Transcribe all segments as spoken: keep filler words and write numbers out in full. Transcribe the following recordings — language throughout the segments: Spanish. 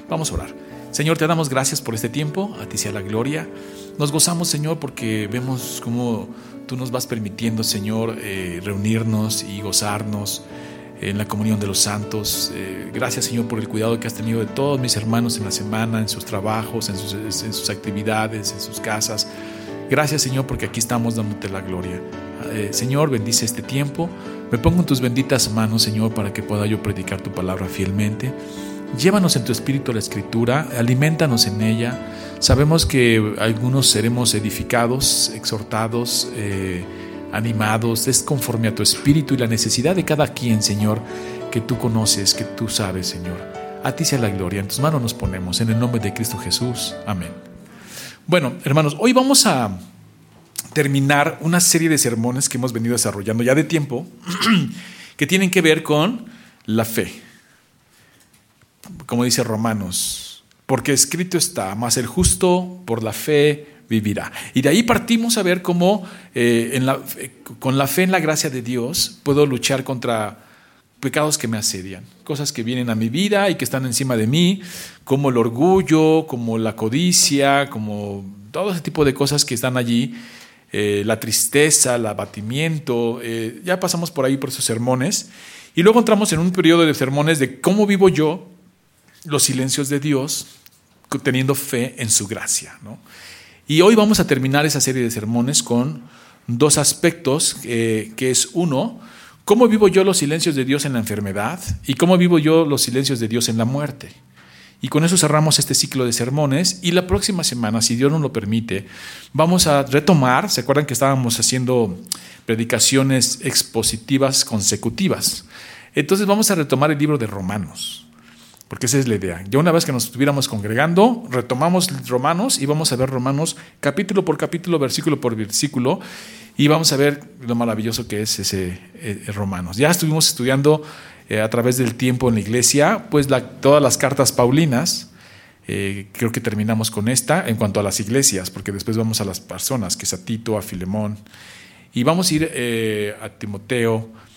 Vamos a orar. Señor, te damos gracias por este tiempo, a ti sea la gloria. Nos gozamos, Señor, porque vemos cómo tú nos vas permitiendo, Señor, eh, reunirnos y gozarnos en la comunión de los santos. Eh, gracias, Señor, por el cuidado que has tenido de todos mis hermanos en la semana, en sus trabajos, en sus, en sus actividades, en sus casas. Gracias, Señor, porque aquí estamos dándote la gloria. Eh, Señor, bendice este tiempo. Me pongo en tus benditas manos, Señor, para que pueda yo predicar tu palabra fielmente. Llévanos en tu espíritu a la escritura, aliméntanos en ella. Sabemos que algunos seremos edificados, exhortados, eh, animados. Es conforme a tu espíritu y la necesidad de cada quien, Señor, que tú conoces, que tú sabes, Señor. A ti sea la gloria. En tus manos nos ponemos, en el nombre de Cristo Jesús. Amén. Bueno, hermanos, hoy vamos a terminar una serie de sermones que hemos venido desarrollando ya de tiempo, que tienen que ver con la fe. Como dice Romanos, porque escrito está, mas el justo por la fe vivirá. Y de ahí partimos a ver cómo eh, en la, eh, con la fe en la gracia de Dios puedo luchar contra pecados que me asedian, cosas que vienen a mi vida y que están encima de mí, como el orgullo, como la codicia, como todo ese tipo de cosas que están allí, eh, la tristeza, el abatimiento. Eh, ya pasamos por ahí por esos sermones y luego entramos en un periodo de sermones de cómo vivo yo los silencios de Dios teniendo fe en su gracia, ¿no? Y hoy vamos a terminar esa serie de sermones con dos aspectos, eh, que es uno, cómo vivo yo los silencios de Dios en la enfermedad y cómo vivo yo los silencios de Dios en la muerte. Y con eso cerramos este ciclo de sermones y la próxima semana, si Dios nos lo permite, vamos a retomar. ¿Se acuerdan que estábamos haciendo predicaciones expositivas consecutivas? Entonces vamos a retomar el libro de Romanos, porque esa es la idea. Ya una vez que nos estuviéramos congregando, retomamos Romanos y vamos a ver Romanos capítulo por capítulo, versículo por versículo, y vamos a ver lo maravilloso que es ese eh, Romanos. Ya estuvimos estudiando eh, a través del tiempo en la iglesia, pues la, todas las cartas paulinas. Eh, creo que terminamos con esta en cuanto a las iglesias, porque después vamos a las personas, que es a Tito, a Filemón, y vamos a ir eh, a Timoteo,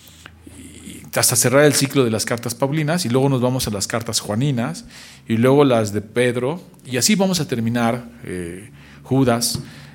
hasta cerrar el ciclo de las cartas paulinas, y luego nos vamos a las cartas juaninas y luego las de Pedro, y así vamos a terminar eh, Judas,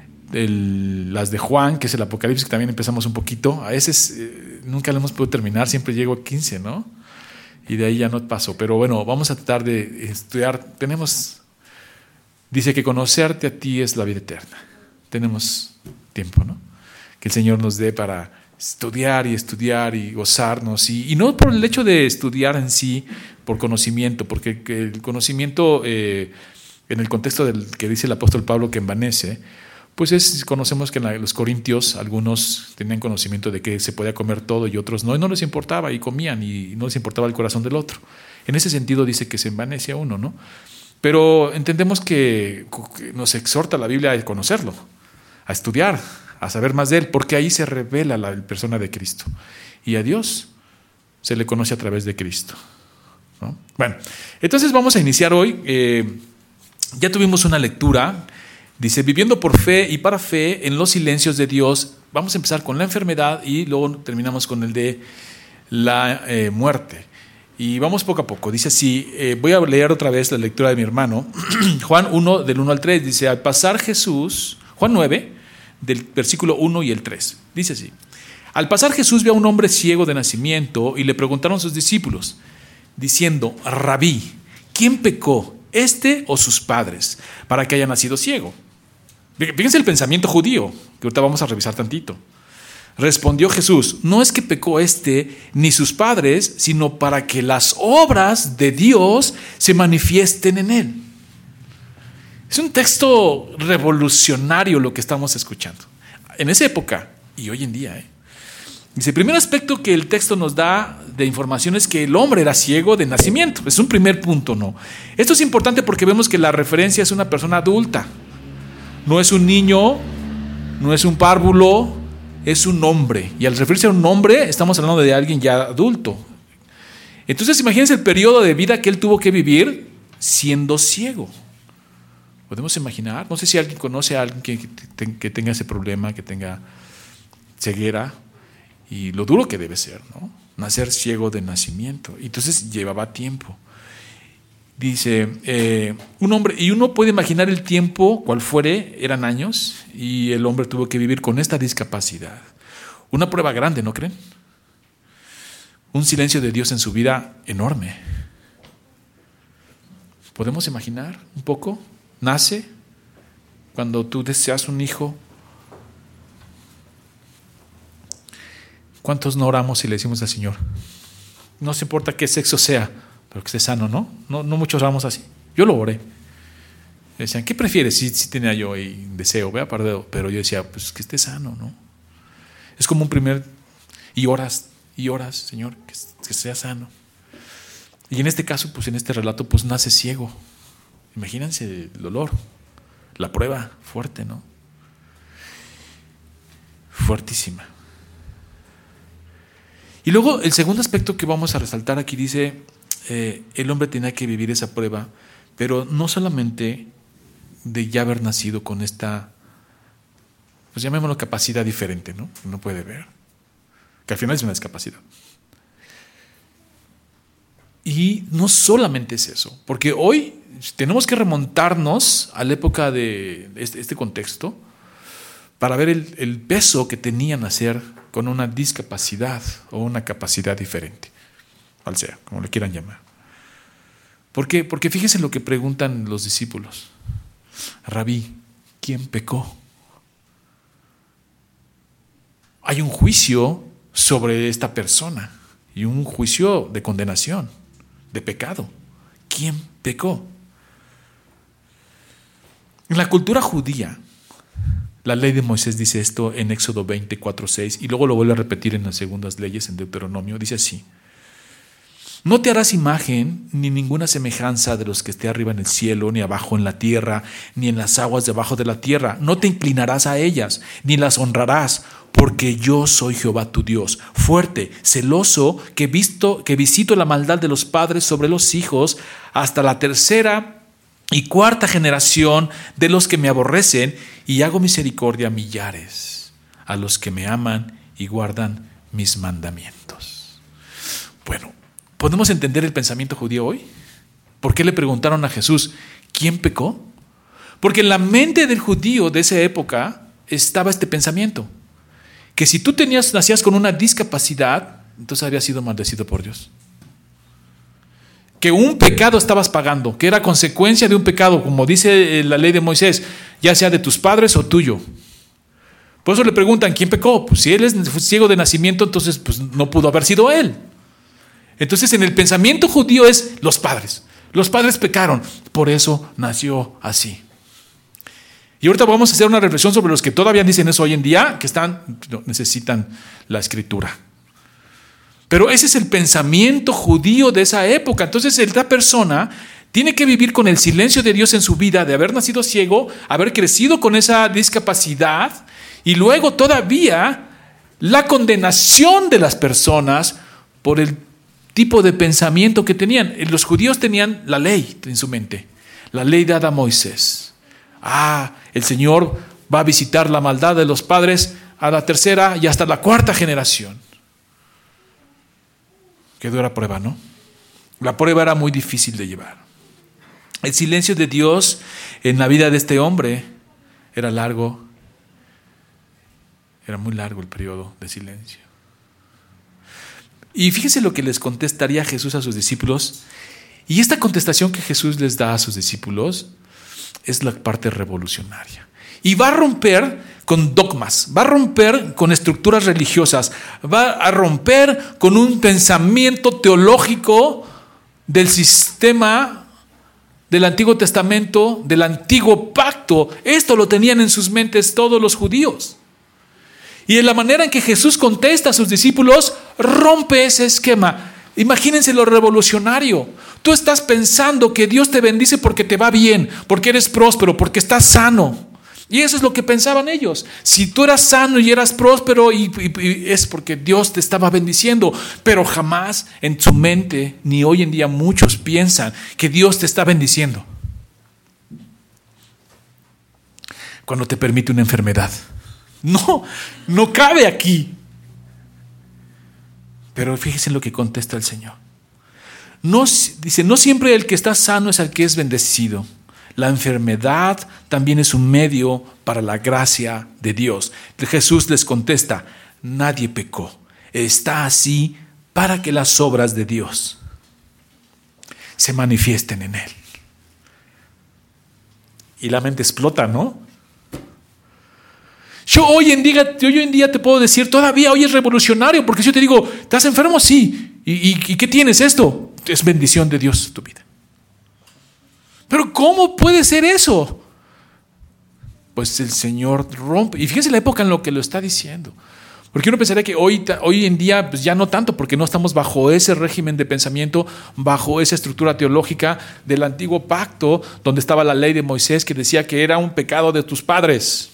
el, las de Juan, que es el Apocalipsis, que también empezamos un poquito. A veces eh, nunca lo hemos podido terminar, siempre llego a quince, ¿no? Y de ahí ya no paso, pero bueno, vamos a tratar de estudiar. Tenemos, dice que conocerte a ti es la vida eterna. Tenemos tiempo, ¿no? Que el Señor nos dé para estudiar y estudiar y gozarnos, y, y no por el hecho de estudiar en sí, por conocimiento, porque el conocimiento eh, en el contexto del que dice el apóstol Pablo que envanece, pues es, conocemos que en la, los corintios algunos tenían conocimiento de que se podía comer todo y otros no, y no les importaba y comían y no les importaba el corazón del otro. En ese sentido dice que se envanece a uno, ¿no? Pero entendemos que, que nos exhorta la Biblia a conocerlo, a estudiar, a saber más de Él, porque ahí se revela la persona de Cristo. Y a Dios se le conoce a través de Cristo, ¿no? Bueno, entonces vamos a iniciar hoy. Eh, ya tuvimos una lectura. Dice, viviendo por fe y para fe en los silencios de Dios. Vamos a empezar con la enfermedad y luego terminamos con el de la eh, muerte. Y vamos poco a poco. Dice así, eh, voy a leer otra vez la lectura de mi hermano. Juan uno, del uno al tres. Dice, al pasar Jesús, Juan nueve, del versículo uno y el tres. Dice así: al pasar Jesús vio a un hombre ciego de nacimiento y le preguntaron sus discípulos, diciendo, Rabí, ¿quién pecó, este o sus padres, para que haya nacido ciego? Fíjense el pensamiento judío, que ahorita vamos a revisar tantito. Respondió Jesús, no es que pecó este ni sus padres, sino para que las obras de Dios se manifiesten en él. Es un texto revolucionario lo que estamos escuchando en esa época y hoy en día. ¿eh? Dice, el primer aspecto que el texto nos da de información es que el hombre era ciego de nacimiento. Es un primer punto, ¿no? Esto es importante porque vemos que la referencia es una persona adulta. No es un niño, no es un párvulo, es un hombre. Y al referirse a un hombre, estamos hablando de alguien ya adulto. Entonces, imagínense el periodo de vida que él tuvo que vivir siendo ciego. ¿Podemos imaginar? No sé si alguien conoce a alguien que, que tenga ese problema, que tenga ceguera, y lo duro que debe ser, ¿no? Nacer ciego de nacimiento. Entonces llevaba tiempo. Dice, eh, un hombre, y uno puede imaginar el tiempo, cual fuere, eran años, y el hombre tuvo que vivir con esta discapacidad. Una prueba grande, ¿no creen? Un silencio de Dios en su vida enorme. ¿Podemos imaginar un poco? Nace, cuando tú deseas un hijo, ¿cuántos no oramos y le decimos al Señor? No se importa qué sexo sea, pero que esté sano, ¿no? No, no muchos oramos así. Yo lo oré. Me decían, ¿qué prefieres? Sí, sí tenía yo ahí deseo, ¿vea? Pero yo decía, pues que esté sano, ¿no? Es como un primer, y oras, y oras, Señor, que, que sea sano. Y en este caso, pues en este relato, pues nace ciego. Imagínense el dolor, la prueba fuerte, ¿no? Fuertísima. Y luego el segundo aspecto que vamos a resaltar aquí dice, eh, el hombre tenía que vivir esa prueba, pero no solamente de ya haber nacido con esta, pues llamémoslo capacidad diferente, ¿no? No puede ver, que al final es una discapacidad. Y no solamente es eso, porque hoy tenemos que remontarnos a la época de este, este contexto para ver el, el peso que tenía nacer con una discapacidad o una capacidad diferente, cual sea, como le quieran llamar. ¿Por qué? Porque fíjense lo que preguntan los discípulos. Rabí, ¿quién pecó? Hay un juicio sobre esta persona y un juicio de condenación, de pecado. ¿Quién pecó? En la cultura judía, la ley de Moisés dice esto en Éxodo veinticuatro seis y luego lo vuelve a repetir en las segundas leyes en Deuteronomio. Dice así: no te harás imagen ni ninguna semejanza de los que esté arriba en el cielo, ni abajo en la tierra, ni en las aguas debajo de la tierra. No te inclinarás a ellas, ni las honrarás, porque yo soy Jehová tu Dios, fuerte, celoso, que, visto, que visito la maldad de los padres sobre los hijos hasta la tercera y cuarta generación de los que me aborrecen, y hago misericordia a millares, a los que me aman y guardan mis mandamientos. Bueno, ¿podemos entender el pensamiento judío hoy? ¿Por qué le preguntaron a Jesús, ¿quién pecó? Porque en la mente del judío de esa época estaba este pensamiento, que si tú tenías, nacías con una discapacidad, entonces habías sido maldecido por Dios. Que un pecado estabas pagando, que era consecuencia de un pecado, como dice la ley de Moisés, ya sea de tus padres o tuyo. Por eso le preguntan, ¿quién pecó? Pues si él es ciego de nacimiento, entonces pues no pudo haber sido él. Entonces en el pensamiento judío es los padres. Los padres pecaron, por eso nació así. Y ahorita vamos a hacer una reflexión sobre los que todavía dicen eso hoy en día, que están, necesitan la escritura. Pero ese es el pensamiento judío de esa época. Entonces esta persona tiene que vivir con el silencio de Dios en su vida, de haber nacido ciego, haber crecido con esa discapacidad, y luego todavía la condenación de las personas por el tipo de pensamiento que tenían. Los judíos tenían la ley en su mente, la ley dada a Moisés. Ah, el Señor va a visitar la maldad de los padres a la tercera y hasta la cuarta generación. Qué dura prueba, ¿no? La prueba era muy difícil de llevar. El silencio de Dios en la vida de este hombre era largo. Era muy largo el periodo de silencio. Y fíjense lo que les contestaría Jesús a sus discípulos. Y esta contestación que Jesús les da a sus discípulos es la parte revolucionaria. Y va a romper con dogmas, va a romper con estructuras religiosas, va a romper con un pensamiento teológico del sistema del Antiguo Testamento, del Antiguo Pacto. Esto lo tenían en sus mentes todos los judíos. Y en la manera en que Jesús contesta a sus discípulos, rompe ese esquema. Imagínense lo revolucionario. Tú estás pensando que Dios te bendice porque te va bien, porque eres próspero, porque estás sano. Y eso es lo que pensaban ellos. Si tú eras sano y eras próspero, y, y, y es porque Dios te estaba bendiciendo. Pero jamás en su mente, ni hoy en día muchos piensan que Dios te está bendiciendo cuando te permite una enfermedad. No, no cabe aquí. Pero fíjense en lo que contesta el Señor. No, dice, no siempre el que está sano es el que es bendecido. La enfermedad también es un medio para la gracia de Dios. Jesús les contesta, nadie pecó. Está así para que las obras de Dios se manifiesten en él. Y la mente explota, ¿no? Yo hoy en día, yo hoy en día te puedo decir, todavía hoy es revolucionario, porque si yo te digo, ¿estás enfermo? Sí. ¿Y, y, y qué tienes esto? Es bendición de Dios tu vida. Pero ¿cómo puede ser eso? Pues el Señor rompe. Y fíjense la época en la que lo está diciendo. Porque uno pensaría que hoy, hoy en día pues ya no tanto, porque no estamos bajo ese régimen de pensamiento, bajo esa estructura teológica del antiguo pacto, donde estaba la ley de Moisés que decía que era un pecado de tus padres.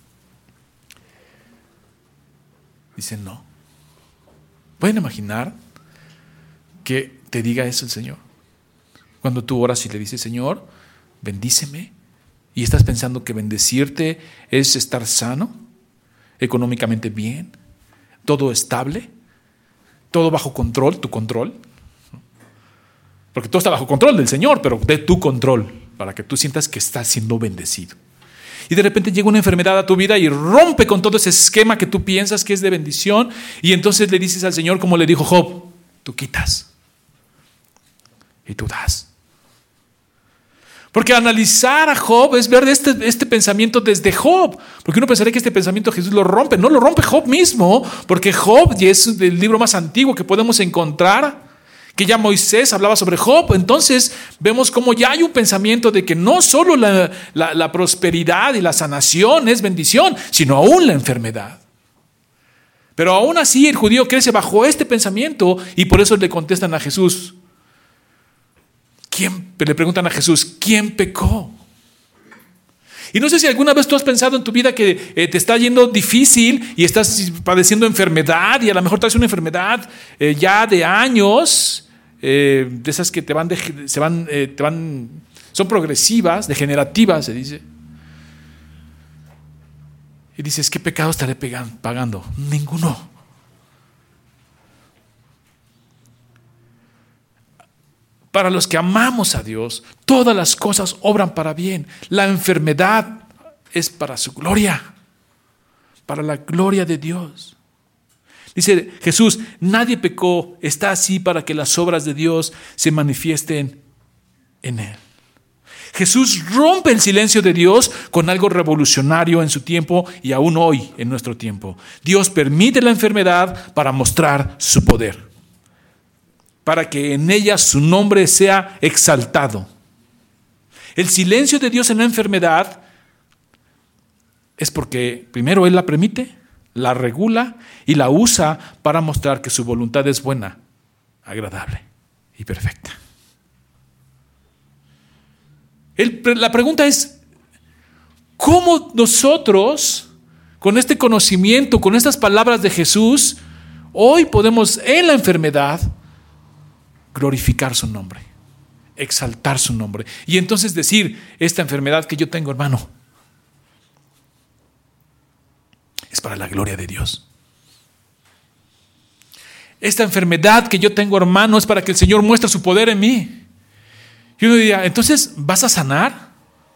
Dicen no. ¿Pueden imaginar que te diga eso el Señor? Cuando tú oras y le dices, Señor, bendíceme, y estás pensando que bendecirte es estar sano, económicamente bien, todo estable, todo bajo control, tu control. Porque todo está bajo control del Señor, pero de tu control, para que tú sientas que estás siendo bendecido. Y de repente llega una enfermedad a tu vida y rompe con todo ese esquema que tú piensas que es de bendición, y entonces le dices al Señor, como le dijo Job, tú quitas y tú das. Porque analizar a Job es ver este, este pensamiento desde Job. Porque uno pensaría que este pensamiento Jesús lo rompe. No, lo rompe Job mismo. Porque Job, y es el libro más antiguo que podemos encontrar, que ya Moisés hablaba sobre Job. Entonces vemos cómo ya hay un pensamiento de que no solo la, la, la prosperidad y la sanación es bendición, sino aún la enfermedad. Pero aún así el judío crece bajo este pensamiento y por eso le contestan a Jesús. ¿Quién? Le preguntan a Jesús, ¿quién pecó? Y no sé si alguna vez tú has pensado en tu vida que eh, te está yendo difícil y estás padeciendo enfermedad y a lo mejor traes una enfermedad eh, ya de años, eh, de esas que te van, de, se van, eh, te van, son progresivas, degenerativas, se dice. Y dices, ¿qué pecado estaré pagando? Ninguno. Para los que amamos a Dios, todas las cosas obran para bien. La enfermedad es para su gloria, para la gloria de Dios. Dice Jesús, nadie pecó, está así para que las obras de Dios se manifiesten en él. Jesús rompe el silencio de Dios con algo revolucionario en su tiempo y aún hoy en nuestro tiempo. Dios permite la enfermedad para mostrar su poder, para que en ella su nombre sea exaltado. El silencio de Dios en la enfermedad es porque primero Él la permite, la regula y la usa para mostrar que su voluntad es buena, agradable y perfecta. El, la pregunta es, ¿cómo nosotros, con este conocimiento, con estas palabras de Jesús, hoy podemos en la enfermedad glorificar su nombre, exaltar su nombre? Y entonces decir, esta enfermedad que yo tengo, hermano, es para la gloria de Dios. Esta enfermedad que yo tengo, hermano, es para que el Señor muestre su poder en mí. Y uno diría, entonces, ¿vas a sanar?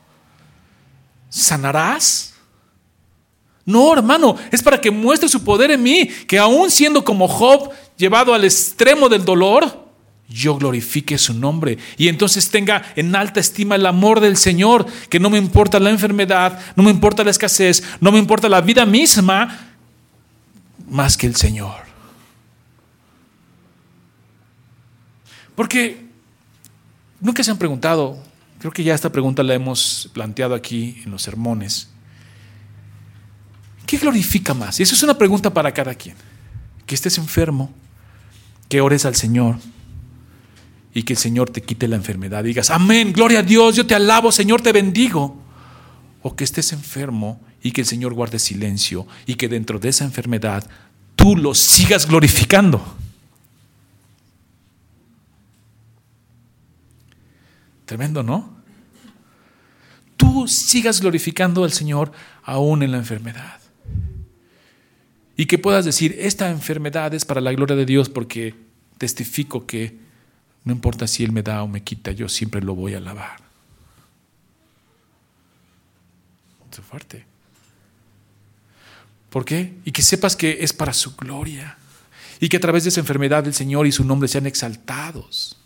¿Sanarás? No, hermano, es para que muestre su poder en mí, que aún siendo como Job, llevado al extremo del dolor, yo glorifique su nombre y entonces tenga en alta estima el amor del Señor, que no me importa la enfermedad, no me importa la escasez, no me importa la vida misma, más que el Señor. Porque nunca se han preguntado, creo que ya esta pregunta la hemos planteado aquí en los sermones, ¿qué glorifica más? Y eso es una pregunta para cada quien. Que estés enfermo, que ores al Señor y que el Señor te quite la enfermedad. Digas, amén, gloria a Dios, yo te alabo, Señor, te bendigo. O que estés enfermo y que el Señor guarde silencio y que dentro de esa enfermedad tú lo sigas glorificando. Tremendo, ¿no? Tú sigas glorificando al Señor aún en la enfermedad. Y que puedas decir, esta enfermedad es para la gloria de Dios porque testifico que No importa si Él me da o me quita, yo siempre lo voy a alabar. Es fuerte. ¿Por qué? Y que sepas que es para su gloria. Y que a través de esa enfermedad el Señor y su nombre sean exaltados.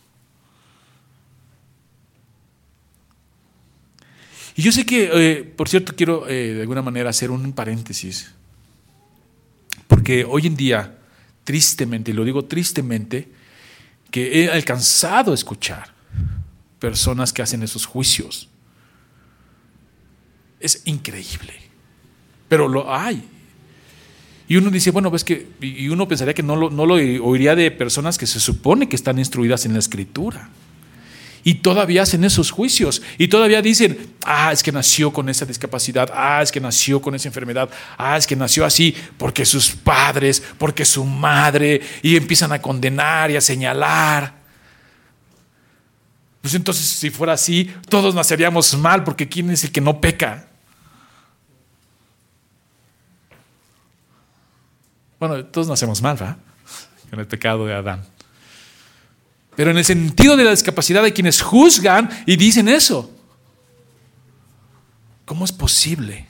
Y yo sé que, eh, por cierto, quiero eh, de alguna manera hacer un paréntesis. Porque hoy en día, tristemente, y lo digo tristemente, que he alcanzado a escuchar personas que hacen esos juicios. Es increíble. Pero lo hay. Y uno dice, bueno, ves que, y uno pensaría que no lo, no lo oiría de personas que se supone que están instruidas en la Escritura. Y todavía hacen esos juicios. Y todavía dicen, ah, es que nació con esa discapacidad, ah, es que nació con esa enfermedad, ah, es que nació así porque sus padres, porque su madre, y empiezan a condenar y a señalar. Pues entonces, si fuera así, todos naceríamos mal, porque ¿quién es el que no peca? Bueno, todos nacemos mal, ¿verdad? Con el pecado de Adán. Pero en el sentido de la discapacidad hay quienes juzgan y dicen eso. ¿Cómo es posible?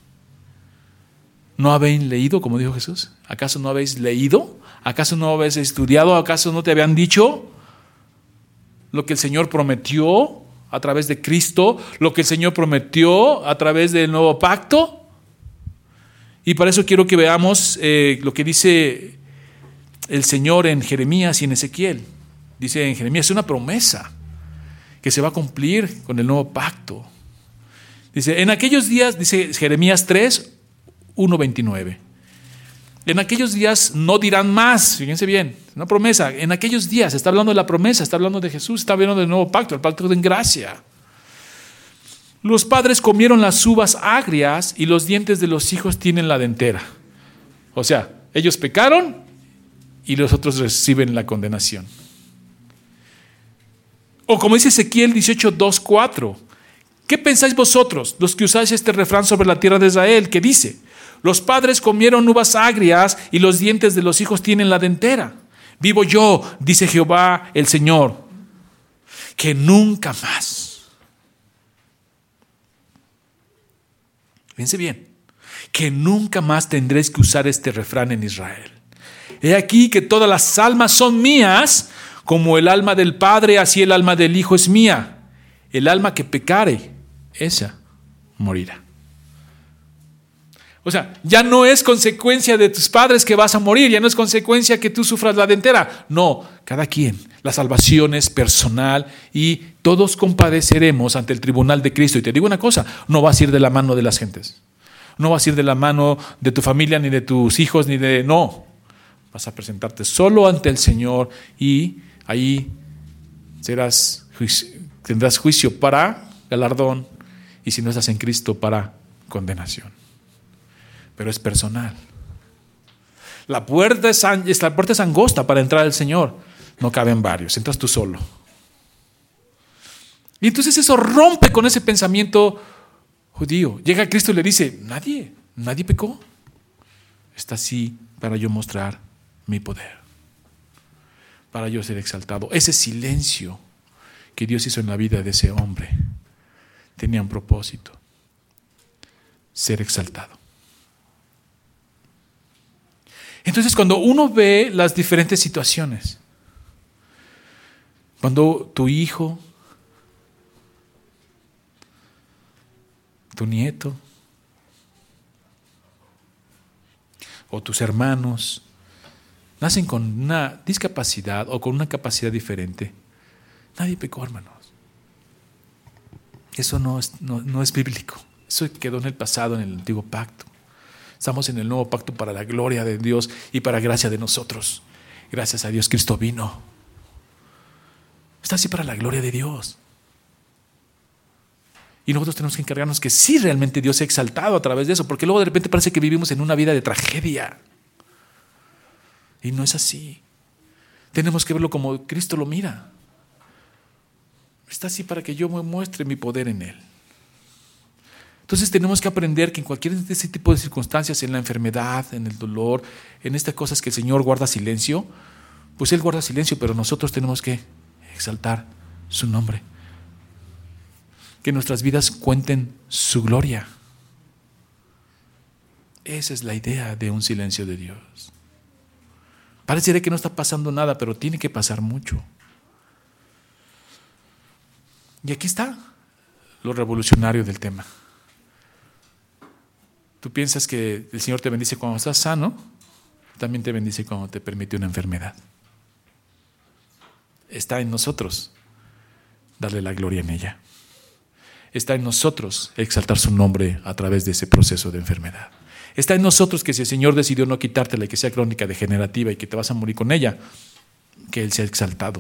¿No habéis leído, como dijo Jesús? ¿Acaso no habéis leído? ¿Acaso no habéis estudiado? ¿Acaso no te habían dicho lo que el Señor prometió a través de Cristo? ¿Lo que el Señor prometió a través del nuevo pacto? Y para eso quiero que veamos eh, lo que dice el Señor en Jeremías y en Ezequiel. Dice en Jeremías, es una promesa que se va a cumplir con el nuevo pacto. Dice, en aquellos días, dice Jeremías tres, uno, veintinueve. En aquellos días no dirán más, fíjense bien, una promesa. En aquellos días, está hablando de la promesa, está hablando de Jesús, está hablando del nuevo pacto, el pacto de gracia. Los padres comieron las uvas agrias y los dientes de los hijos tienen la dentera. O sea, ellos pecaron y los otros reciben la condenación. O como dice Ezequiel dieciocho, dos, cuatro. ¿Qué pensáis vosotros, los que usáis este refrán sobre la tierra de Israel, que dice, los padres comieron uvas agrias y los dientes de los hijos tienen la dentera? Vivo yo, dice Jehová el Señor, que nunca más. Fíjense bien, que nunca más tendréis que usar este refrán en Israel. He aquí que todas las almas son mías, como el alma del Padre, así el alma del Hijo es mía. El alma que pecare, esa morirá. O sea, ya no es consecuencia de tus padres que vas a morir, ya no es consecuencia que tú sufras la dentera. No, cada quien, la salvación es personal y todos compadeceremos ante el tribunal de Cristo. Y te digo una cosa, no vas a ir de la mano de las gentes. No vas a ir de la mano de tu familia, ni de tus hijos, ni de... No, vas a presentarte solo ante el Señor y ahí serás, tendrás juicio para galardón y si no estás en Cristo para condenación. Pero es personal. La puerta es, la puerta es angosta para entrar al Señor. No caben varios, entras tú solo. Y entonces eso rompe con ese pensamiento judío. Llega Cristo y le dice, nadie, nadie pecó. Está así para yo mostrar mi poder, para yo ser exaltado. Ese silencio que Dios hizo en la vida de ese hombre tenía un propósito: ser exaltado. Entonces, cuando uno ve las diferentes situaciones, cuando tu hijo, tu nieto o tus hermanos nacen con una discapacidad o con una capacidad diferente, nadie pecó, hermanos. Eso no es, no, no es bíblico. Eso quedó en el pasado, en el antiguo pacto. Estamos en el nuevo pacto para la gloria de Dios y para gracia de nosotros. Gracias a Dios, Cristo vino. Está así para la gloria de Dios. Y nosotros tenemos que encargarnos que sí realmente Dios sea exaltado a través de eso, porque luego de repente parece que vivimos en una vida de tragedia. Y no es así. Tenemos que verlo como Cristo lo mira. Está así para que yo me muestre mi poder en Él. Entonces tenemos que aprender que en cualquier de ese tipo de circunstancias, en la enfermedad, en el dolor, en estas cosas que el Señor guarda silencio, pues Él guarda silencio, pero nosotros tenemos que exaltar su nombre. Que nuestras vidas cuenten su gloria. Esa es la idea de un silencio de Dios. Pareciera que no está pasando nada, pero tiene que pasar mucho. Y aquí está lo revolucionario del tema. Tú piensas que el Señor te bendice cuando estás sano, también te bendice cuando te permite una enfermedad. Está en nosotros darle la gloria en ella. Está en nosotros exaltar su nombre a través de ese proceso de enfermedad. Está en nosotros que si el Señor decidió no quitártela y que sea crónica degenerativa y que te vas a morir con ella, que Él sea exaltado.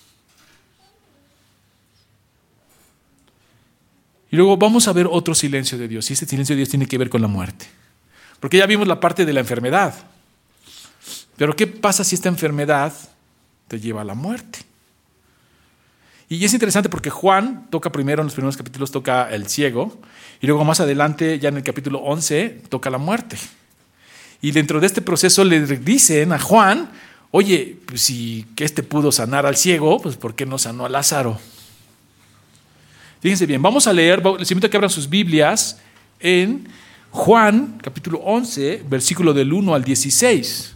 Y luego vamos a ver otro silencio de Dios. Y este silencio de Dios tiene que ver con la muerte. Porque ya vimos la parte de la enfermedad. Pero ¿qué pasa si esta enfermedad te lleva a la muerte? Y es interesante porque Juan toca primero, en los primeros capítulos toca el ciego, y luego más adelante, ya en el capítulo once, toca la muerte. Y dentro de este proceso le dicen a Juan, oye, pues si que este pudo sanar al ciego, pues ¿por qué no sanó a Lázaro? Fíjense bien, vamos a leer, les invito a que abran sus Biblias en Juan, capítulo once, versículo del uno al dieciséis.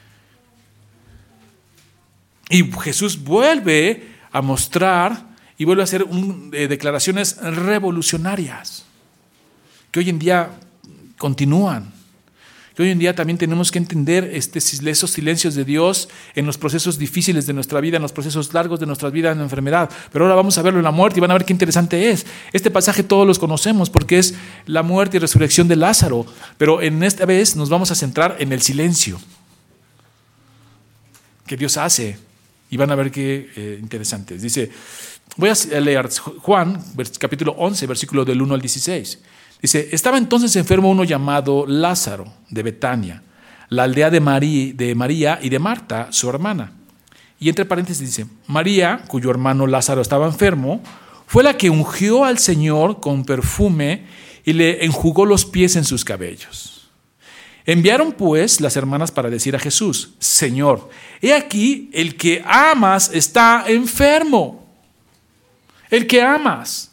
Y Jesús vuelve a mostrar y vuelve a hacer un, eh, declaraciones revolucionarias que hoy en día continúan, que hoy en día también tenemos que entender este, esos silencios de Dios en los procesos difíciles de nuestra vida, en los procesos largos de nuestra vida en la enfermedad. Pero ahora vamos a verlo en la muerte y van a ver qué interesante es. Este pasaje todos los conocemos porque es la muerte y resurrección de Lázaro, pero en esta vez nos vamos a centrar en el silencio que Dios hace. Y van a ver qué eh, interesantes. Dice, voy a leer Juan, capítulo once, versículo del uno al dieciséis. Dice, estaba entonces enfermo uno llamado Lázaro, de Betania, la aldea de María, de María y de Marta, su hermana. Y entre paréntesis dice, María, cuyo hermano Lázaro estaba enfermo, fue la que ungió al Señor con perfume y le enjugó los pies en sus cabellos. Enviaron pues las hermanas para decir a Jesús, Señor, he aquí el que amas está enfermo. El que amas.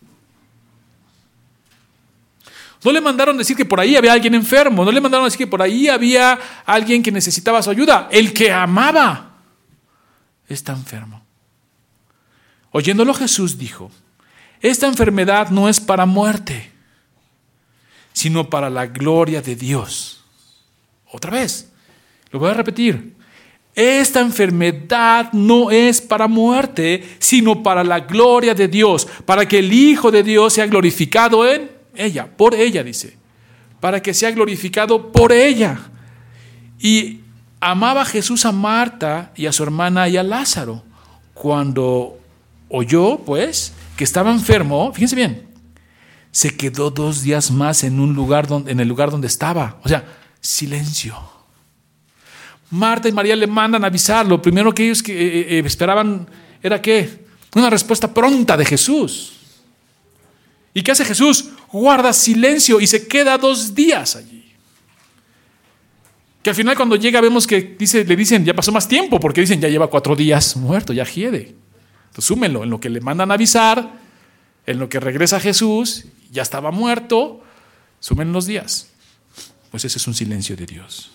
No le mandaron decir que por ahí había alguien enfermo, no le mandaron decir que por ahí había alguien que necesitaba su ayuda. El que amaba está enfermo. Oyéndolo Jesús dijo, esta enfermedad no es para muerte, sino para la gloria de Dios. Otra vez, lo voy a repetir. Esta enfermedad no es para muerte, sino para la gloria de Dios, para que el Hijo de Dios sea glorificado en ella, por ella, dice, para que sea glorificado por ella. Y amaba Jesús a Marta y a su hermana y a Lázaro. Cuando oyó, pues, que estaba enfermo, fíjense bien, se quedó dos días más en un lugar donde, en el lugar donde estaba. O sea, silencio. Marta y María le mandan a avisar. Lo primero que ellos que, eh, eh, esperaban era ¿qué? Una respuesta pronta de Jesús. ¿Y qué hace Jesús? Guarda silencio y se queda dos días allí. Que al final cuando llega vemos que dice, le dicen, ya pasó más tiempo, porque dicen, ya lleva cuatro días muerto, ya hiede. Entonces súmenlo, en lo que le mandan a avisar, en lo que regresa Jesús, ya estaba muerto, sumen los días. Pues ese es un silencio de Dios.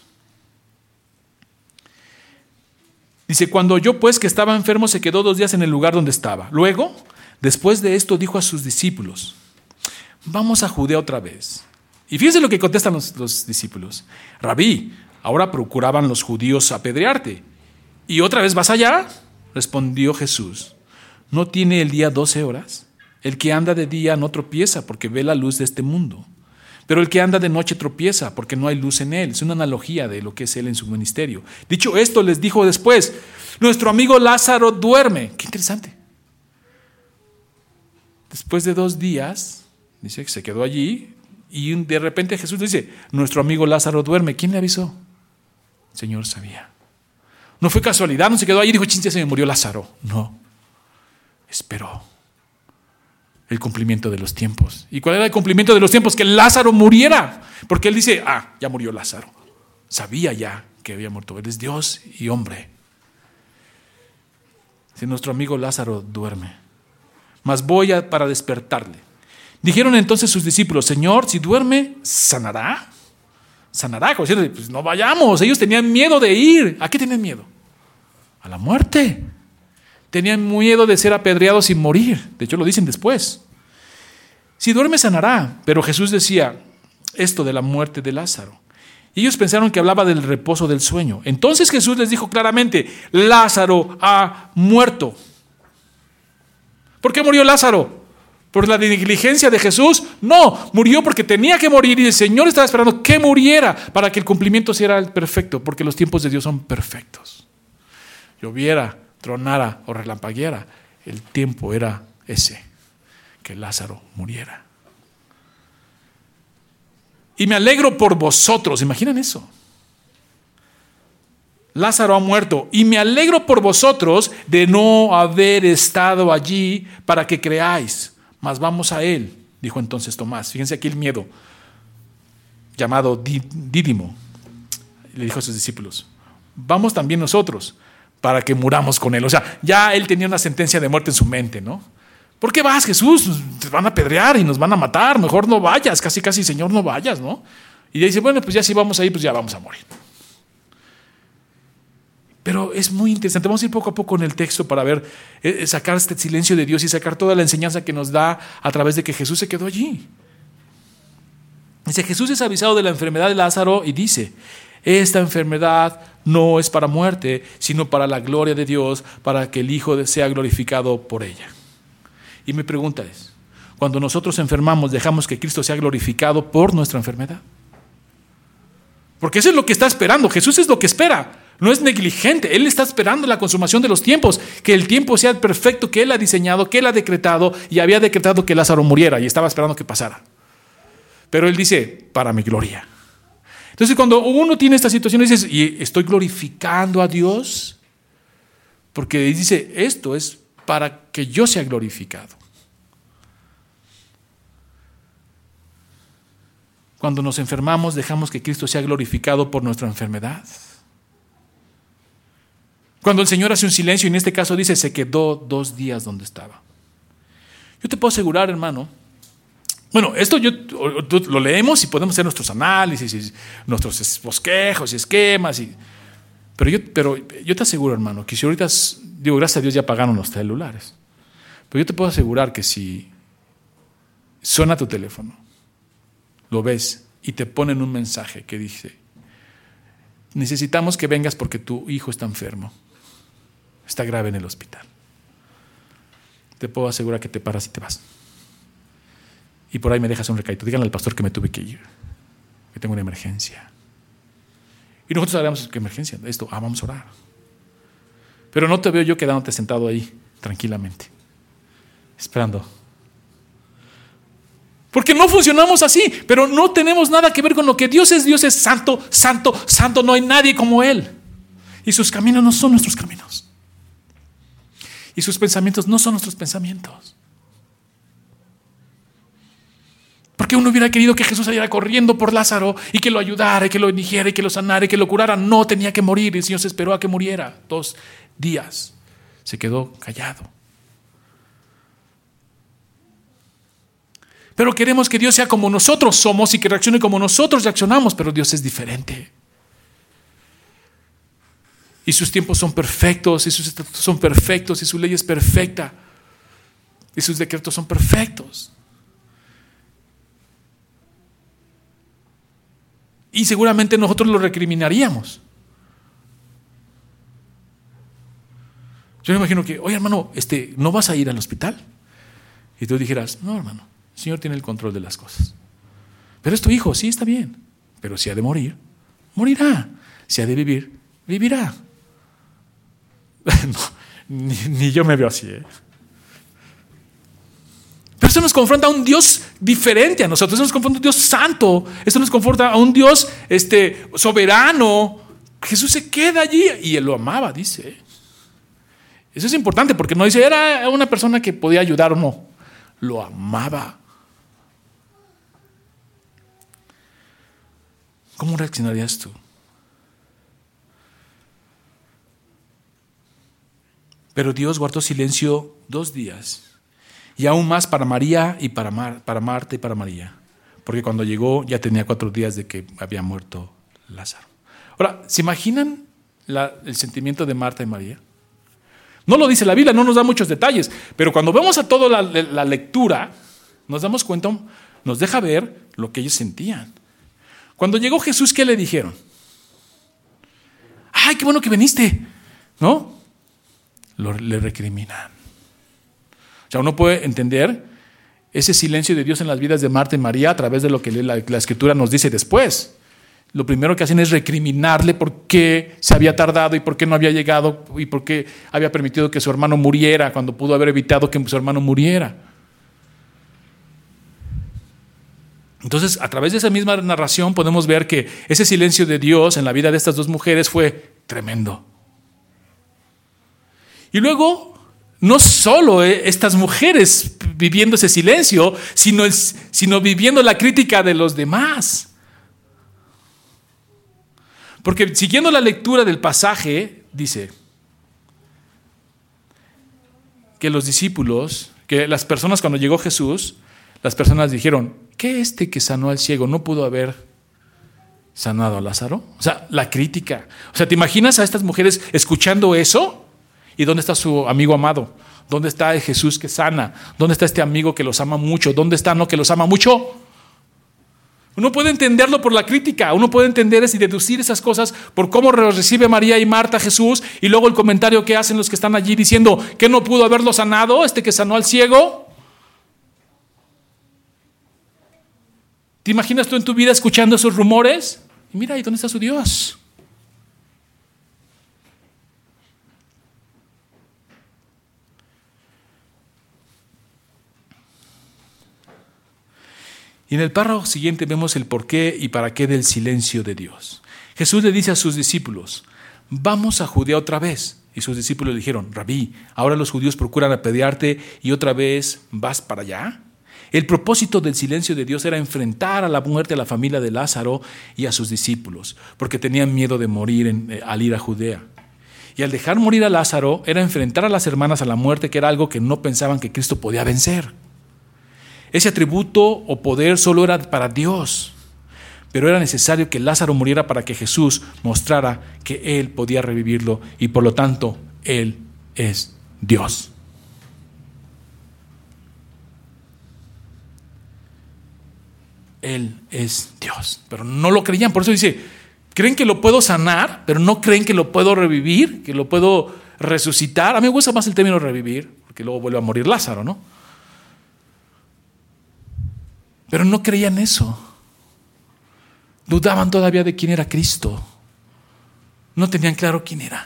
Dice, cuando oyó pues que estaba enfermo, se quedó dos días en el lugar donde estaba. Luego, después de esto, dijo a sus discípulos, vamos a Judea otra vez. Y fíjense lo que contestan los, los discípulos. Rabí, ahora procuraban los judíos apedrearte. ¿Y otra vez vas allá? Respondió Jesús, ¿no tiene el día doce horas? El que anda de día no tropieza porque ve la luz de este mundo. Pero el que anda de noche tropieza porque no hay luz en él. Es una analogía de lo que es él en su ministerio. Dicho esto, les dijo después, nuestro amigo Lázaro duerme. Qué interesante. Después de dos días, dice que se quedó allí y de repente Jesús dice, nuestro amigo Lázaro duerme. ¿Quién le avisó? El Señor sabía. No fue casualidad, no se quedó allí y dijo, chin, ya se me murió Lázaro. No, esperó el cumplimiento de los tiempos. ¿Y cuál era el cumplimiento de los tiempos? Que Lázaro muriera. Porque él dice, ah, ya murió Lázaro. Sabía ya que había muerto. Él es Dios y hombre. Si nuestro amigo Lázaro duerme, mas voy a, para despertarle. Dijeron entonces sus discípulos: Señor, si duerme, ¿sanará? ¿Sanará? Pues no vayamos. Ellos tenían miedo de ir. ¿A qué tenían miedo? A la muerte. Tenían miedo de ser apedreados y morir. De hecho, lo dicen después. Si duerme, sanará. Pero Jesús decía esto de la muerte de Lázaro. Y ellos pensaron que hablaba del reposo del sueño. Entonces Jesús les dijo claramente: Lázaro ha muerto. ¿Por qué murió Lázaro? ¿Por la negligencia de Jesús? No, murió porque tenía que morir y el Señor estaba esperando que muriera para que el cumplimiento sea perfecto, porque los tiempos de Dios son perfectos. Lloviera, tronara o relampagueara, el tiempo era ese, que Lázaro muriera. Y me alegro por vosotros, ¿imaginan eso? Lázaro ha muerto y me alegro por vosotros de no haber estado allí para que creáis. Mas vamos a él, dijo entonces Tomás. Fíjense aquí el miedo, llamado Dídimo. Le dijo a sus discípulos: vamos también nosotros para que muramos con él. O sea, ya él tenía una sentencia de muerte en su mente, ¿no? ¿Por qué vas, Jesús? Te van a apedrear y nos van a matar. Mejor no vayas, casi casi, Señor, no vayas, ¿no? Y dice: bueno, pues ya si vamos ahí, pues ya vamos a morir. Pero es muy interesante. Vamos a ir poco a poco en el texto para ver, eh, sacar este silencio de Dios y sacar toda la enseñanza que nos da a través de que Jesús se quedó allí. Dice: Jesús es avisado de la enfermedad de Lázaro y dice: esta enfermedad no es para muerte, sino para la gloria de Dios, para que el Hijo sea glorificado por ella. Y mi pregunta es: cuando nosotros enfermamos, ¿dejamos que Cristo sea glorificado por nuestra enfermedad? Porque eso es lo que está esperando. Jesús es lo que espera. No es negligente. Él está esperando la consumación de los tiempos, que el tiempo sea perfecto, que Él ha diseñado, que Él ha decretado, y había decretado que Lázaro muriera y estaba esperando que pasara. Pero Él dice: para mi gloria. Entonces, cuando uno tiene esta situación, dices: ¿y estoy glorificando a Dios? Porque dice: esto es para que yo sea glorificado. Cuando nos enfermamos, dejamos que Cristo sea glorificado por nuestra enfermedad. Cuando el Señor hace un silencio, y en este caso dice: se quedó dos días donde estaba. Yo te puedo asegurar, hermano, bueno, esto yo, lo leemos y podemos hacer nuestros análisis, y nuestros bosquejos y esquemas, y, pero, yo, pero yo te aseguro, hermano, que si ahorita, digo, gracias a Dios ya pagaron los celulares, pero yo te puedo asegurar que si suena tu teléfono, lo ves y te ponen un mensaje que dice: necesitamos que vengas porque tu hijo está enfermo, está grave en el hospital. Te puedo asegurar que te paras y te vas. Y por ahí me dejas un recadito: díganle al pastor que me tuve que ir, que tengo una emergencia. Y nosotros hablamos: ¿qué emergencia? Esto, ah, vamos a orar. Pero no te veo yo quedándote sentado ahí tranquilamente, esperando. Porque no funcionamos así, pero no tenemos nada que ver con lo que Dios es. Dios es santo, santo, santo. No hay nadie como Él. Y sus caminos no son nuestros caminos. Y sus pensamientos no son nuestros pensamientos. Porque uno hubiera querido que Jesús saliera corriendo por Lázaro y que lo ayudara, y que lo bendijera, y que lo sanara, y que lo curara. No, tenía que morir. El Señor se esperó a que muriera dos días. Se quedó callado. Pero queremos que Dios sea como nosotros somos y que reaccione como nosotros reaccionamos, pero Dios es diferente. Y sus tiempos son perfectos, y sus estatutos son perfectos, y su ley es perfecta, y sus decretos son perfectos. Y seguramente nosotros lo recriminaríamos. Yo me imagino que: oye, hermano, este, ¿no vas a ir al hospital? Y tú dijeras: no, hermano, el Señor tiene el control de las cosas. Pero es tu hijo, sí, está bien. Pero si ha de morir, morirá. Si ha de vivir, vivirá. No, ni, ni yo me veo así, ¿eh? Pero esto nos confronta a un Dios diferente a nosotros. Esto nos confronta a un Dios santo. Esto nos confronta a un Dios este, soberano. Jesús se queda allí y Él lo amaba, dice. Eso es importante porque no dice era una persona que podía ayudar o no. Lo amaba. ¿Cómo reaccionarías tú? Pero Dios guardó silencio dos días. Y aún más para María y para, Mar, para Marta y para María. Porque cuando llegó ya tenía cuatro días de que había muerto Lázaro. Ahora, ¿se imaginan la, el sentimiento de Marta y María? No lo dice la Biblia, no nos da muchos detalles. Pero cuando vemos a toda la, la lectura, nos damos cuenta, nos deja ver lo que ellos sentían. Cuando llegó Jesús, ¿qué le dijeron? ¡Ay, qué bueno que viniste! ¿No? Lo, le recriminan. O sea, uno puede entender ese silencio de Dios en las vidas de Marta y María a través de lo que la, la Escritura nos dice después. Lo primero que hacen es recriminarle por qué se había tardado y por qué no había llegado y por qué había permitido que su hermano muriera cuando pudo haber evitado que su hermano muriera. Entonces, a través de esa misma narración podemos ver que ese silencio de Dios en la vida de estas dos mujeres fue tremendo. Y luego, no solo estas mujeres viviendo ese silencio, sino, sino viviendo la crítica de los demás. Porque siguiendo la lectura del pasaje, dice que los discípulos, que las personas cuando llegó Jesús, las personas dijeron, ¿qué este que sanó al ciego no pudo haber sanado a Lázaro? O sea, la crítica. O sea, ¿te imaginas a estas mujeres escuchando eso? ¿Y dónde está su amigo amado? ¿Dónde está el Jesús que sana? ¿Dónde está este amigo que los ama mucho? ¿Dónde está no que los ama mucho? Uno puede entenderlo por la crítica, uno puede entender y deducir esas cosas por cómo recibe María y Marta a Jesús y luego el comentario que hacen los que están allí diciendo que no pudo haberlo sanado, este que sanó al ciego. ¿Te imaginas tú en tu vida escuchando esos rumores? Y mira, ¿y dónde está su Dios? Y en el párrafo siguiente vemos el porqué y para qué del silencio de Dios. Jesús le dice a sus discípulos, vamos a Judea otra vez. Y sus discípulos le dijeron, Rabí, ahora los judíos procuran apedrearte y otra vez vas para allá. El propósito del silencio de Dios era enfrentar a la muerte a la familia de Lázaro y a sus discípulos, porque tenían miedo de morir en, eh, al ir a Judea. Y al dejar morir a Lázaro era enfrentar a las hermanas a la muerte, que era algo que no pensaban que Cristo podía vencer. Ese atributo o poder solo era para Dios, pero era necesario que Lázaro muriera para que Jesús mostrara que Él podía revivirlo y por lo tanto Él es Dios. Él es Dios, pero no lo creían, por eso dice, creen que lo puedo sanar, pero no creen que lo puedo revivir, que lo puedo resucitar. A mí me gusta más el término revivir, porque luego vuelve a morir Lázaro, ¿no? Pero no creían eso. Dudaban todavía de quién era Cristo. No tenían claro quién era.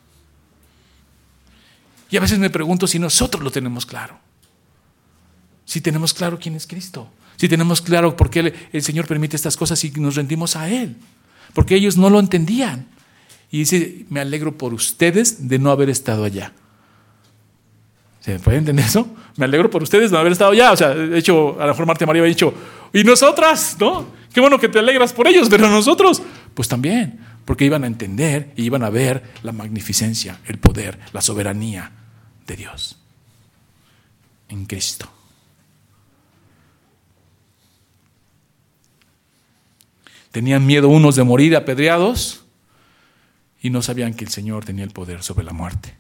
Y a veces me pregunto si nosotros lo tenemos claro. Si tenemos claro quién es Cristo. Si tenemos claro por qué el Señor permite estas cosas y nos rendimos a Él. Porque ellos no lo entendían. Y dice, me alegro por ustedes de no haber estado allá. ¿Se puede entender eso? Me alegro por ustedes de no haber estado allá. O sea, de hecho, a lo mejor Marta y María habían dicho, ¿y nosotras? ¿No? Qué bueno que te alegras por ellos, pero nosotros, pues también, porque iban a entender y iban a ver la magnificencia, el poder, la soberanía de Dios en Cristo. Tenían miedo unos de morir apedreados y no sabían que el Señor tenía el poder sobre la muerte.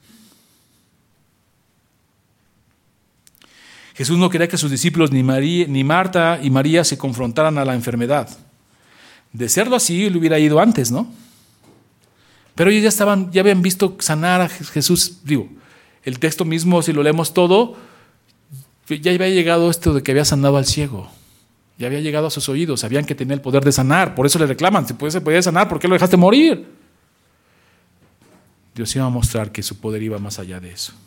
Jesús no quería que sus discípulos, ni, María, ni Marta y María, se confrontaran a la enfermedad. De serlo así, él hubiera ido antes, ¿no? Pero ellos ya estaban, ya habían visto sanar a Jesús. Digo, el texto mismo, si lo leemos todo, ya había llegado esto de que había sanado al ciego. Ya había llegado a sus oídos, sabían que tenía el poder de sanar. Por eso le reclaman, si se podía sanar, ¿por qué lo dejaste morir? Dios iba a mostrar que su poder iba más allá de eso.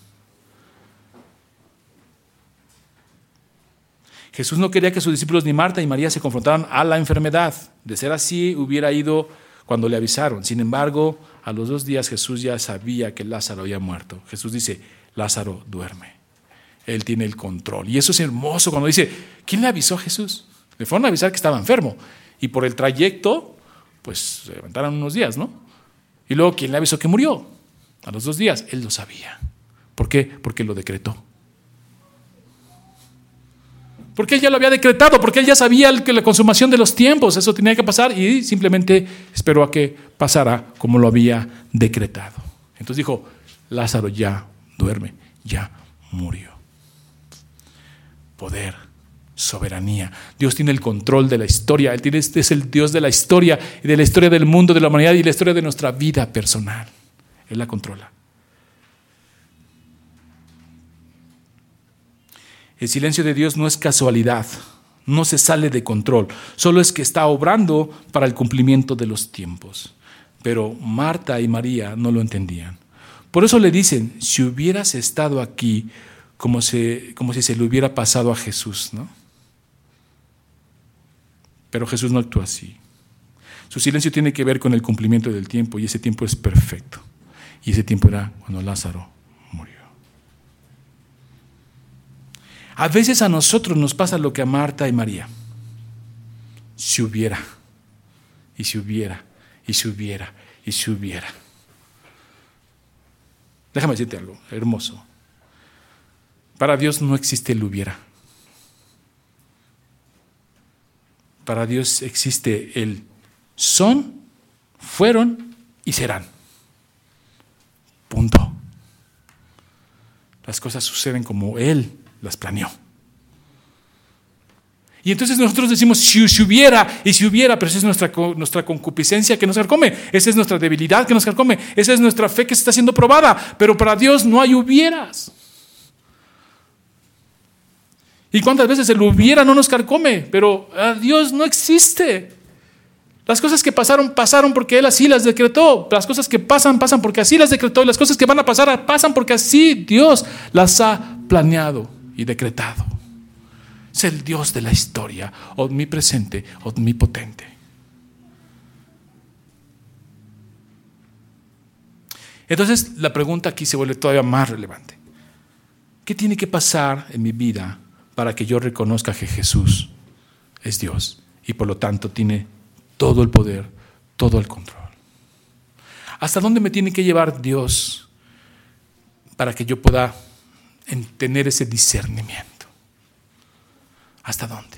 Jesús no quería que sus discípulos ni Marta y María se confrontaran a la enfermedad. De ser así, hubiera ido cuando le avisaron. Sin embargo, a los dos días Jesús ya sabía que Lázaro había muerto. Jesús dice, Lázaro duerme. Él tiene el control. Y eso es hermoso cuando dice, ¿quién le avisó a Jesús? Le fueron a avisar que estaba enfermo. Y por el trayecto, pues se levantaron unos días, ¿no? Y luego, ¿quién le avisó que murió? A los dos días, él lo sabía. qué? Porque lo decretó. Porque Él ya lo había decretado, porque Él ya sabía que la consumación de los tiempos, eso tenía que pasar y simplemente esperó a que pasara como lo había decretado. Entonces dijo, Lázaro ya duerme, ya murió. Poder, soberanía. Dios tiene el control de la historia. Él tiene, es el Dios de la historia y de la historia del mundo, de la humanidad y la historia de nuestra vida personal. Él la controla. El silencio de Dios no es casualidad, no se sale de control, solo es que está obrando para el cumplimiento de los tiempos. Pero Marta y María no lo entendían. Por eso le dicen, si hubieras estado aquí, como, se, como si se le hubiera pasado a Jesús, ¿no? Pero Jesús no actúa así. Su silencio tiene que ver con el cumplimiento del tiempo y ese tiempo es perfecto. Y ese tiempo era cuando Lázaro murió. A veces a nosotros nos pasa lo que a Marta y María. Si hubiera, y si hubiera, y si hubiera, y si hubiera. Déjame decirte algo hermoso. Para Dios no existe el hubiera. Para Dios existe el son, fueron y serán. Punto. Las cosas suceden como Él las planeó. Y entonces nosotros decimos, si, si hubiera, y si hubiera, pero esa es nuestra, nuestra concupiscencia que nos carcome, esa es nuestra debilidad que nos carcome, esa es nuestra fe que se está siendo probada, pero para Dios no hay hubieras. ¿Y cuántas veces el hubiera no nos carcome? Pero a Dios no existe. Las cosas que pasaron, pasaron porque Él así las decretó. Las cosas que pasan, pasan porque así las decretó. Y las cosas que van a pasar, pasan porque así Dios las ha planeado y decretado. Es el Dios de la historia, omnipresente, omnipotente. Entonces la pregunta aquí se vuelve todavía más relevante. ¿Qué tiene que pasar en mi vida para que yo reconozca que Jesús es Dios y por lo tanto tiene todo el poder, todo el control? ¿Hasta dónde me tiene que llevar Dios para que yo pueda tener ese discernimiento? ¿Hasta dónde?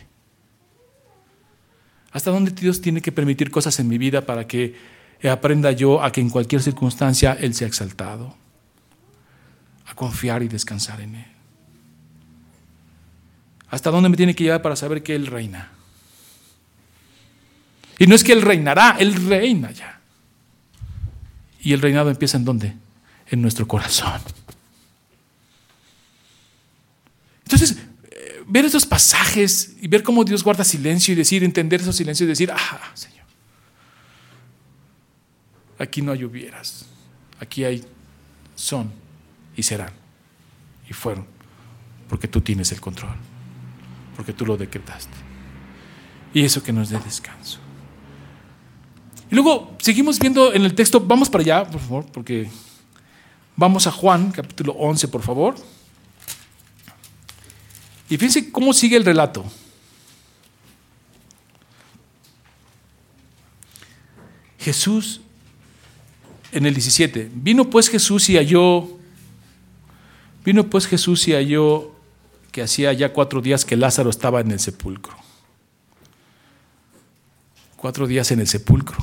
¿Hasta dónde Dios tiene que permitir cosas en mi vida para que aprenda yo a que en cualquier circunstancia Él sea exaltado? A confiar y descansar en Él. ¿Hasta dónde me tiene que llevar para saber que Él reina? Y no es que Él reinará, Él reina ya. ¿Y el reinado empieza en dónde? En nuestro corazón. Entonces, ver esos pasajes y ver cómo Dios guarda silencio y decir, entender esos silencios y decir, ah, Señor, aquí no hay hubieras, aquí hay son y serán y fueron, porque tú tienes el control, porque tú lo decretaste. Y eso que nos dé descanso. Y luego seguimos viendo en el texto, vamos para allá, por favor, porque vamos a Juan, capítulo once, por favor. Y fíjense cómo sigue el relato. Jesús, en el diecisiete, vino pues Jesús y halló, vino pues Jesús y halló que hacía ya cuatro días que Lázaro estaba en el sepulcro. Cuatro días en el sepulcro.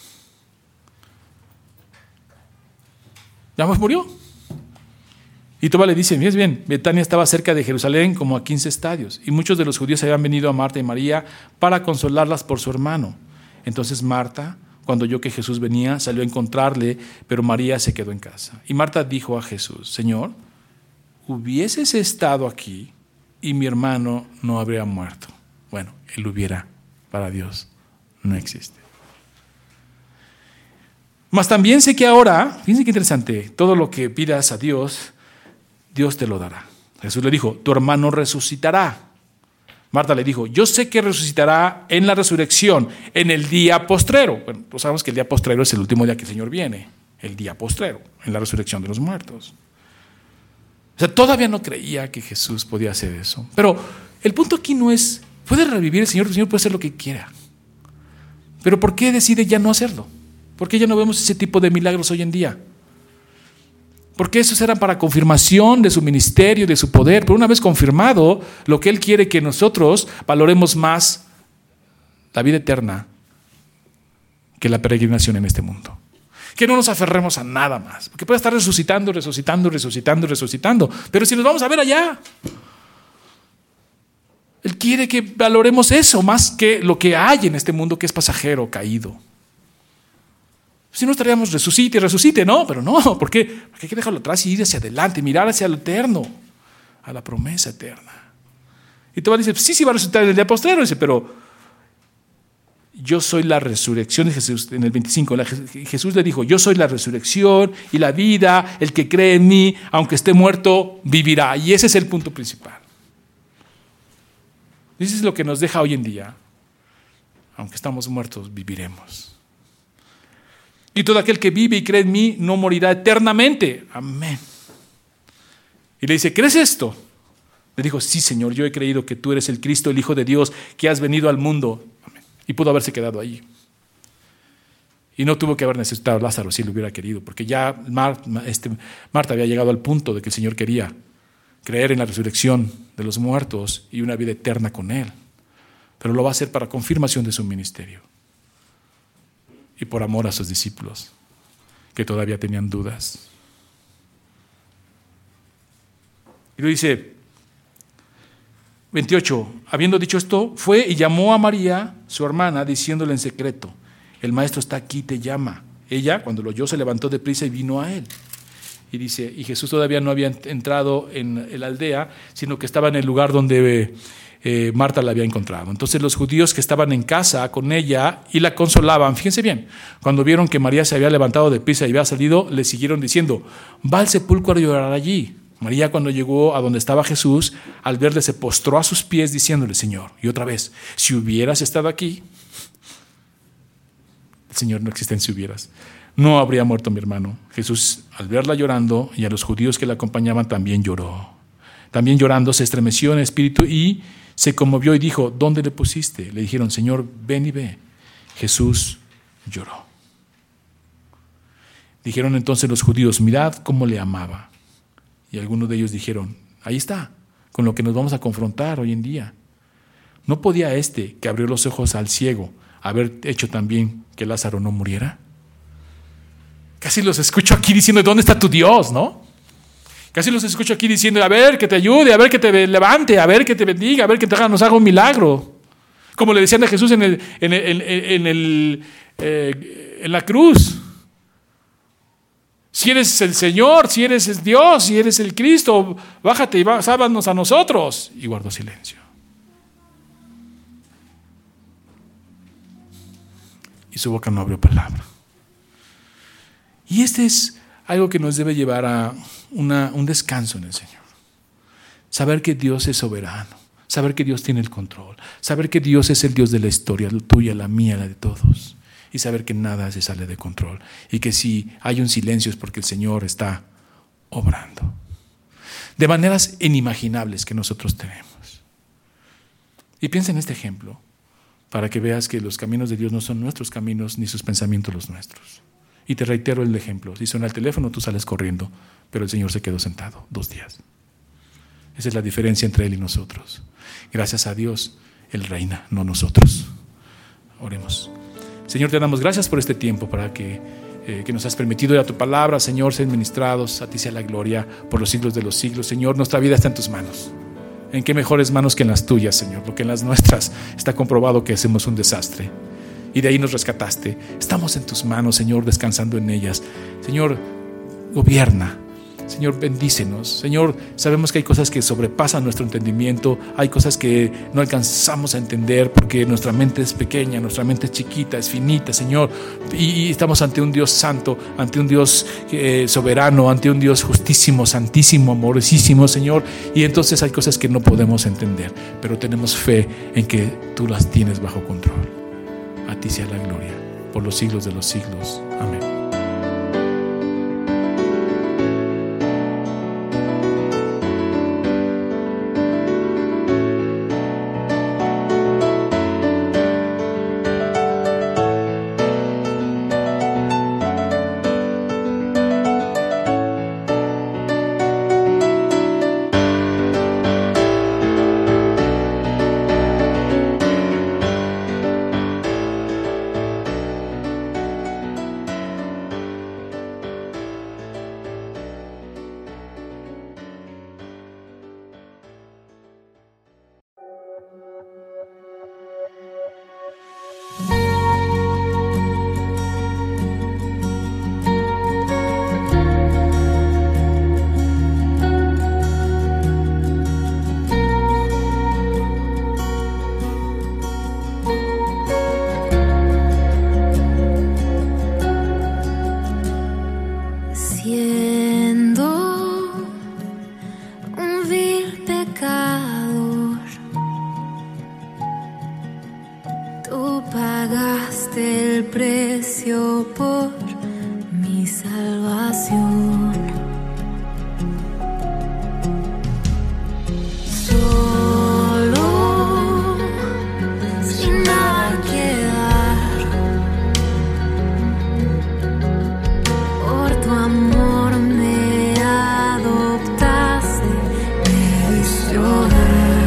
Ya más murió. Y Tomás le dice, ¿ves bien? Betania estaba cerca de Jerusalén como a quince estadios y muchos de los judíos habían venido a Marta y María para consolarlas por su hermano. Entonces Marta, cuando oyó que Jesús venía, salió a encontrarle, pero María se quedó en casa. Y Marta dijo a Jesús, Señor, hubieses estado aquí y mi hermano no habría muerto. Bueno, él hubiera, para Dios no existe. Mas también sé que ahora, fíjense qué interesante, todo lo que pidas a Dios, Dios te lo dará. Jesús le dijo, tu hermano resucitará. Marta le dijo, yo sé que resucitará en la resurrección, en el día postrero. Bueno, pues sabemos que el día postrero es el último día que el Señor viene, el día postrero, en la resurrección de los muertos. O sea, todavía no creía que Jesús podía hacer eso. Pero el punto aquí no es, puede revivir el Señor, el Señor puede hacer lo que quiera. Pero ¿por qué decide ya no hacerlo? ¿Por qué ya no vemos ese tipo de milagros hoy en día? Porque esos eran para confirmación de su ministerio, de su poder. Pero una vez confirmado, lo que Él quiere que nosotros valoremos más la vida eterna que la peregrinación en este mundo. Que no nos aferremos a nada más. Porque puede estar resucitando, resucitando, resucitando, resucitando. Pero si nos vamos a ver allá, Él quiere que valoremos eso más que lo que hay en este mundo que es pasajero, caído. Si no estaríamos resucite y resucite, no, pero no, ¿por qué? Porque hay que dejarlo atrás y ir hacia adelante, mirar hacia lo eterno, a la promesa eterna. Y te va a decir, sí, sí va a resucitar en el día postrero, dice, pero yo soy la resurrección. Jesús, en el veinticinco, la, Jesús le dijo, yo soy la resurrección y la vida, el que cree en mí, aunque esté muerto, vivirá. Y ese es el punto principal. Eso es lo que nos deja hoy en día. Aunque estamos muertos, viviremos. Y todo aquel que vive y cree en mí no morirá eternamente. Amén. Y le dice, ¿crees esto? Le dijo, sí, Señor, yo he creído que tú eres el Cristo, el Hijo de Dios, que has venido al mundo. Amén. Y pudo haberse quedado ahí. Y no tuvo que haber necesitado a Lázaro si lo hubiera querido, porque ya Mar, este, Marta había llegado al punto de que el Señor quería creer en la resurrección de los muertos y una vida eterna con Él. Pero lo va a hacer para confirmación de su ministerio. Y por amor a sus discípulos, que todavía tenían dudas. Y lo dice, veintiocho, habiendo dicho esto, fue y llamó a María, su hermana, diciéndole en secreto, el maestro está aquí, te llama. Ella, cuando lo oyó, se levantó deprisa y vino a él. Y dice, y Jesús todavía no había entrado en la aldea, sino que estaba en el lugar donde eh, Marta la había encontrado. Entonces los judíos que estaban en casa con ella y la consolaban, fíjense bien, cuando vieron que María se había levantado deprisa y había salido, le siguieron diciendo, va al sepulcro a llorar allí. María, cuando llegó a donde estaba Jesús, al verle se postró a sus pies diciéndole, Señor, y otra vez, si hubieras estado aquí, el Señor no existe en si hubieras, no habría muerto mi hermano. Jesús, al verla llorando y a los judíos que la acompañaban, también lloró. También llorando se estremeció en espíritu y se conmovió y dijo, ¿dónde le pusiste? Le dijeron, Señor, ven y ve. Jesús lloró. Dijeron entonces los judíos, mirad cómo le amaba. Y algunos de ellos dijeron, ahí está, con lo que nos vamos a confrontar hoy en día. ¿No podía este, que abrió los ojos al ciego, haber hecho también que Lázaro no muriera? Casi los escucho aquí diciendo, ¿dónde está tu Dios? ¿No? Casi los escucho aquí diciendo, a ver, que te ayude, a ver, que te levante, a ver, que te bendiga, a ver, que te haga, nos haga un milagro. Como le decían a Jesús en, el, en, el, en, el, eh, en la cruz. Si eres el Señor, si eres el Dios, si eres el Cristo, bájate y sálvanos a nosotros. Y guardó silencio. Y su boca no abrió palabra. Y este es algo que nos debe llevar a una, un descanso en el Señor. Saber que Dios es soberano, saber que Dios tiene el control, saber que Dios es el Dios de la historia, la tuya, la mía, la de todos. Y saber que nada se sale de control. Y que si hay un silencio es porque el Señor está obrando. De maneras inimaginables que nosotros tenemos. Y piensa en este ejemplo, para que veas que los caminos de Dios no son nuestros caminos, ni sus pensamientos los nuestros. Y te reitero el ejemplo, si suena el teléfono tú sales corriendo, pero el Señor se quedó sentado dos días. Esa es la diferencia entre Él y nosotros. Gracias a Dios, Él reina, no nosotros. Oremos. Señor, te damos gracias por este tiempo, para que, eh, que nos has permitido ir a tu palabra. Señor, ser ministrados, a ti sea la gloria por los siglos de los siglos. Señor, nuestra vida está en tus manos. ¿En qué mejores manos que en las tuyas, Señor? Porque en las nuestras está comprobado que hacemos un desastre. Y de ahí nos rescataste. Estamos en tus manos, Señor, descansando en ellas. Señor, gobierna. Señor, bendícenos. Señor, sabemos que hay cosas que sobrepasan nuestro entendimiento. Hay cosas que no alcanzamos a entender porque nuestra mente es pequeña, nuestra mente es chiquita, es finita, Señor. Y estamos ante un Dios santo, ante un Dios eh, soberano, ante un Dios justísimo, santísimo, amorosísimo, Señor. Y entonces hay cosas que no podemos entender, pero tenemos fe en que tú las tienes bajo control. A ti sea la gloria por los siglos de los siglos. Amén. el precio por mi salvación. Solo, sin nada que dar, por tu amor me adoptaste, me diste hogar.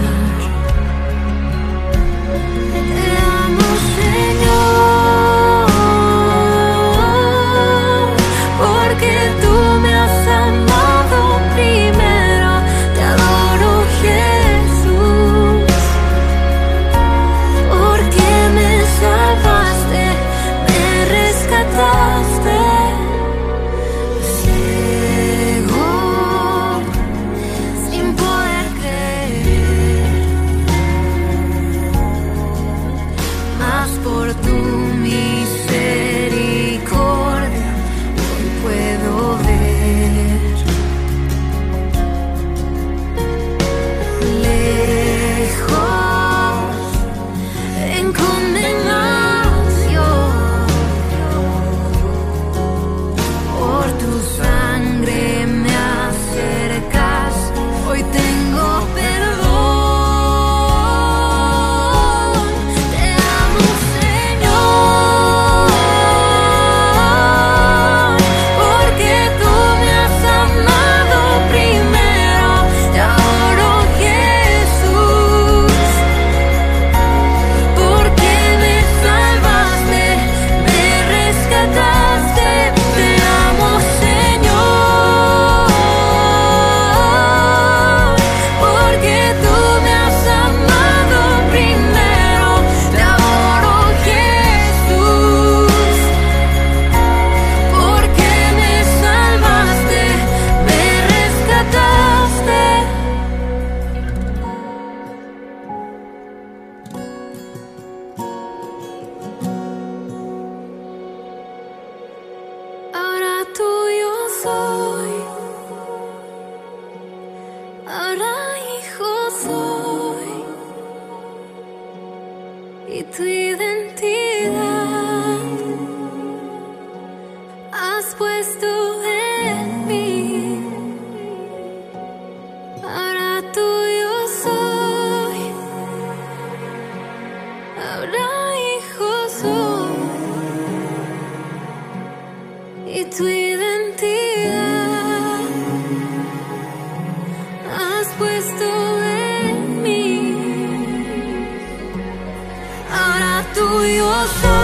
Ahora hijo soy, y tu identidad has puesto en mí. Ahora tuyo soy, ahora hijo soy, y tu identidad has puesto en mí. Ahora tuyo soy.